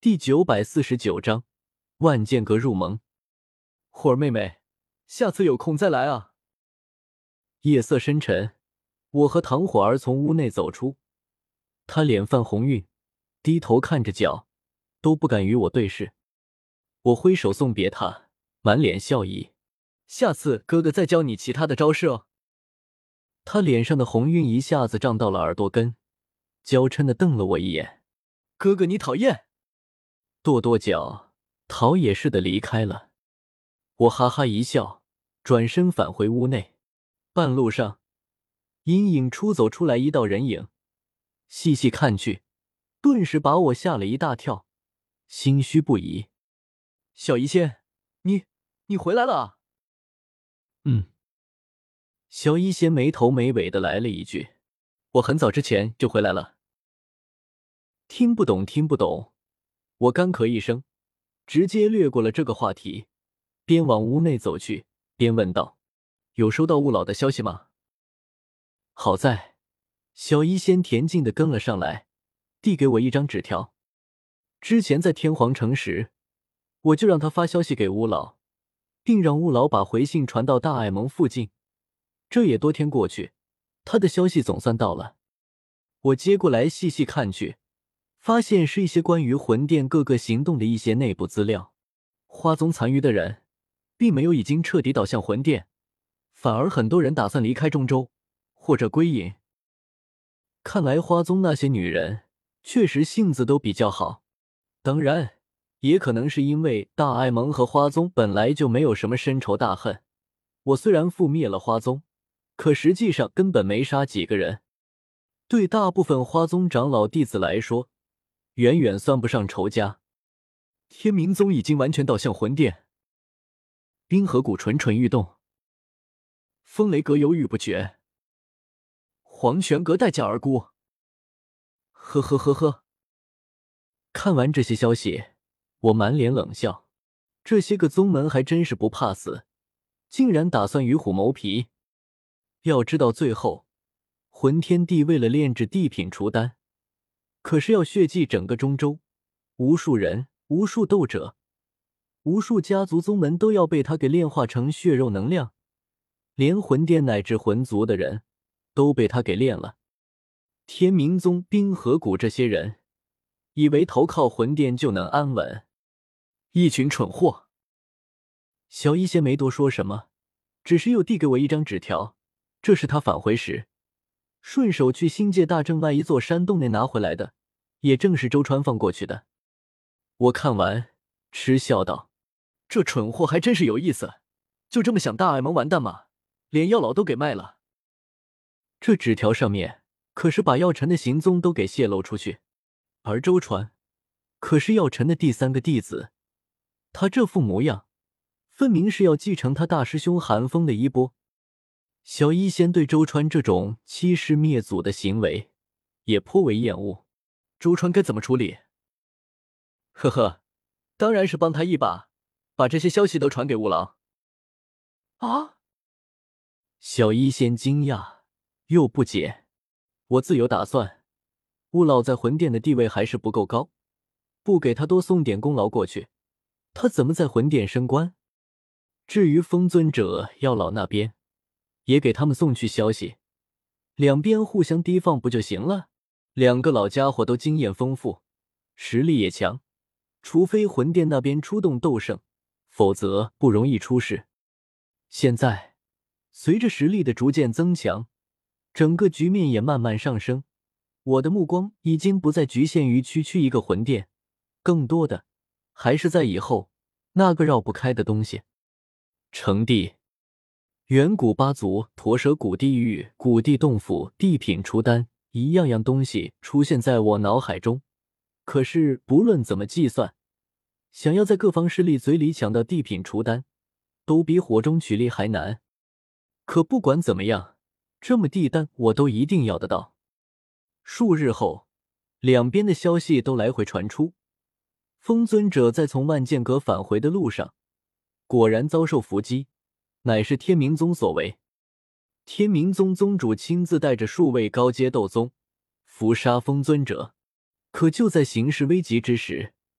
第949章万剑阁入盟。 火儿妹妹，下次有空再来啊。 夜色深沉，我和唐火儿从屋内走出，她脸泛红晕，低头看着脚，都不敢与我对视。我挥手送别她，满脸笑意。 下次哥哥再教你其他的招式哦。 她脸上的红晕一下子涨到了耳朵根，娇嗔地瞪了我一眼。 哥哥你讨厌。 跺跺脚，逃也似的离开了。我哈哈一笑，转身返回屋内。半路上，阴影出走出来一道人影，细细看去，顿时把我吓了一大跳，心虚不已。 小医仙，你回来了啊？ 小医仙没头没尾的来了一句：“ 我很早之前就回来了。” 听不懂。我干咳一声，直接略过了这个话题，边往屋内走去，边问道：“ 有收到雾老的消息吗？” 好在小医仙恬静地跟了上来，递给我一张纸条。之前在天皇城时，我就让他发消息给乌老，并让乌老把回信传到大爱盟附近。这也多天过去，他的消息总算到了。我接过来细细看去，发现是一些关于魂殿各个行动的一些内部资料。花宗残余的人并没有已经彻底倒向魂殿，反而很多人打算离开中州或者归隐。看来花宗那些女人确实性子都比较好，当然也可能是因为大爱盟和花宗本来就没有什么深仇大恨。我虽然覆灭了花宗，可实际上根本没杀几个人，对大部分花宗长老弟子来说远远算不上仇家。 天明宗已经完全倒向魂殿， 冰河谷蠢蠢欲动， 风雷阁犹豫不决，黄泉阁待价而沽。 呵呵呵呵。看完这些消息，我满脸冷笑，这些个宗门还真是不怕死，竟然打算与虎谋皮。要知道最后魂天帝为了炼制地品除丹，可是要血祭整个中州，无数人，无数斗者，无数家族宗门都要被他给炼化成血肉能量，连魂殿乃至魂族的人都被他给炼了。天明宗、冰河谷这些人以为投靠魂殿就能安稳， 一群蠢货。 小医仙没多说什么，只是又递给我一张纸条，这是他返回时顺手去星界大阵外一座山洞内拿回来的，也正是周川放过去的。我看完嗤笑道：“ 这蠢货还真是有意思，就这么想大爱盟完蛋吗？连药老都给卖了。” 这纸条上面可是把药尘的行踪都给泄露出去，而周传可是药尘的第3个弟子，他这副模样分明是要继承他大师兄韩风的衣钵。小医仙对周川这种欺师灭祖的行为也颇为厌恶。 周川该怎么处理？呵呵，当然是帮他一把，把这些消息都传给乌郎。 啊！小医仙惊讶又不解，我自有打算，乌老在魂殿的地位还是不够高，不给他多送点功劳过去，他怎么在魂殿升官？至于风尊者、药老那边，也给他们送去消息，两边互相提防不就行了？两个老家伙都经验丰富，实力也强，除非魂殿那边出动斗圣，否则不容易出事。现在随着实力的逐渐增强，整个局面也慢慢上升，我的目光已经不再局限于区区一个魂殿，更多的还是在以后那个绕不开的东西。成帝、远古八族、驼蛇古地狱、古地洞府、地品除丹，一样样东西出现在我脑海中。可是不论怎么计算，想要在各方势力嘴里抢到地品除丹，都比火中取栗还难。可不管怎么样，这么地丹我都一定要得到。数日后，两边的消息都来回传出，风尊者在从万剑阁返回的路上，果然遭受伏击，乃是天明宗所为。天明宗宗主亲自带着数位高阶斗宗伏杀风尊者。可就在形势危急之时，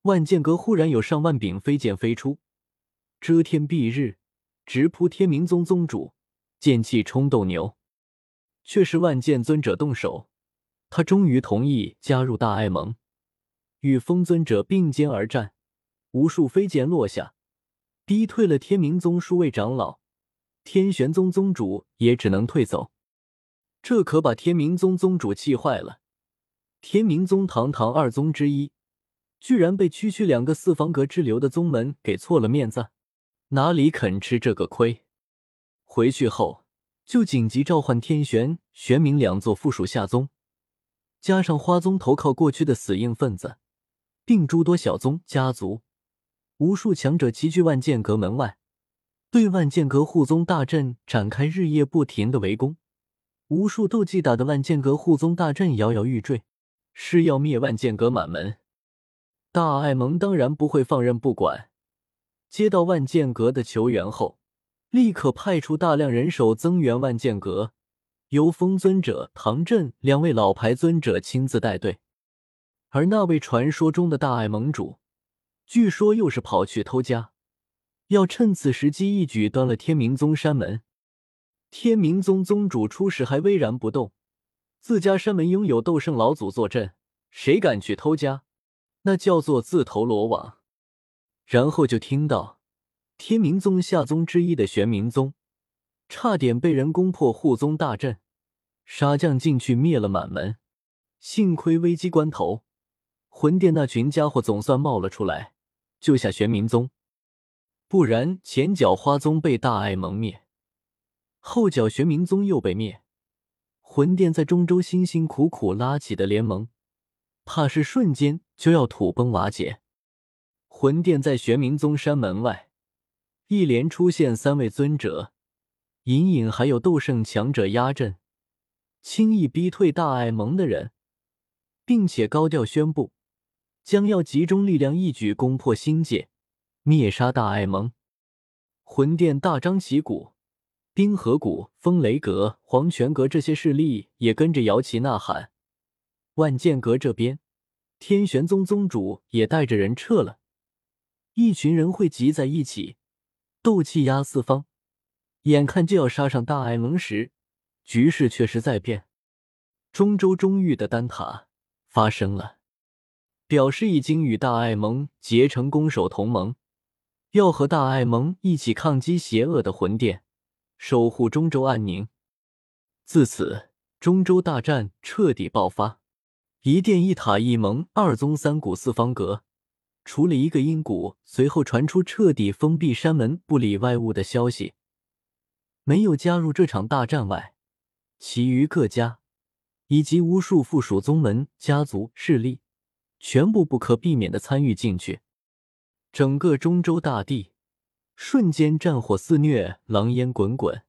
万剑阁忽然有上万柄飞剑飞出，遮天蔽日，直扑天明宗宗主，剑气冲斗牛。却是万剑尊者动手，他终于同意加入大爱盟，与风尊者并肩而战，无数飞剑落下，逼退了天明宗数位长老，天玄宗宗主也只能退走。这可把天明宗宗主气坏了，天明宗堂堂二宗之一，居然被区区2个四方阁之流的宗门给错了面子，哪里肯吃这个亏？回去后就紧急召唤天玄、玄冥2座附属下宗，加上花宗投靠过去的死硬分子，并诸多小宗家族，无数强者齐聚万剑阁门外，对万剑阁护宗大阵展开日夜不停的围攻。无数斗技打的万剑阁护宗大阵摇摇欲坠，是要灭万剑阁满门。大爱盟当然不会放任不管，接到万剑阁的求援后，立刻派出大量人手增援万剑阁，由风尊者、唐震2位老牌尊者亲自带队。而那位传说中的大爱盟主，据说又是跑去偷家，要趁此时机一举端了天明宗山门。天明宗宗主初时还巍然不动，自家山门拥有斗圣老祖坐镇，谁敢去偷家，那叫做自投罗网。然后就听到天明宗下宗之一的玄冥宗差点被人攻破护宗大阵，杀将进去灭了满门。幸亏危机关头，魂殿那群家伙总算冒了出来，救下玄冥宗，不然前脚花宗被大爱盟灭，后脚玄冥宗又被灭，魂殿在中州辛辛苦苦拉起的联盟，怕是瞬间就要土崩瓦解。魂殿在玄冥宗山门外，一连出现3位尊者，隐隐还有斗圣强者压阵，轻易逼退大爱盟的人，并且高调宣布将要集中力量一举攻破星界，灭杀大爱盟。魂殿大张旗鼓，冰河谷、风雷阁、黄泉阁这些势力也跟着摇旗呐喊。万剑阁这边，天玄宗宗主也带着人撤了，一群人汇集在一起，斗气压四方，眼看就要杀上大爱盟时，局势却是在变。中州中域的丹塔发生了，表示已经与大爱盟结成攻守同盟，要和大爱盟一起抗击邪恶的魂殿，守护中州安宁。自此，中州大战彻底爆发，一殿一塔一盟2宗3谷4方阁，除了一个阴谷随后传出彻底封闭山门不理外物的消息，没有加入这场大战外，其余各家以及无数附属宗门、家族势力全部不可避免地参与进去。整个中州大地瞬间战火肆虐，狼烟滚滚。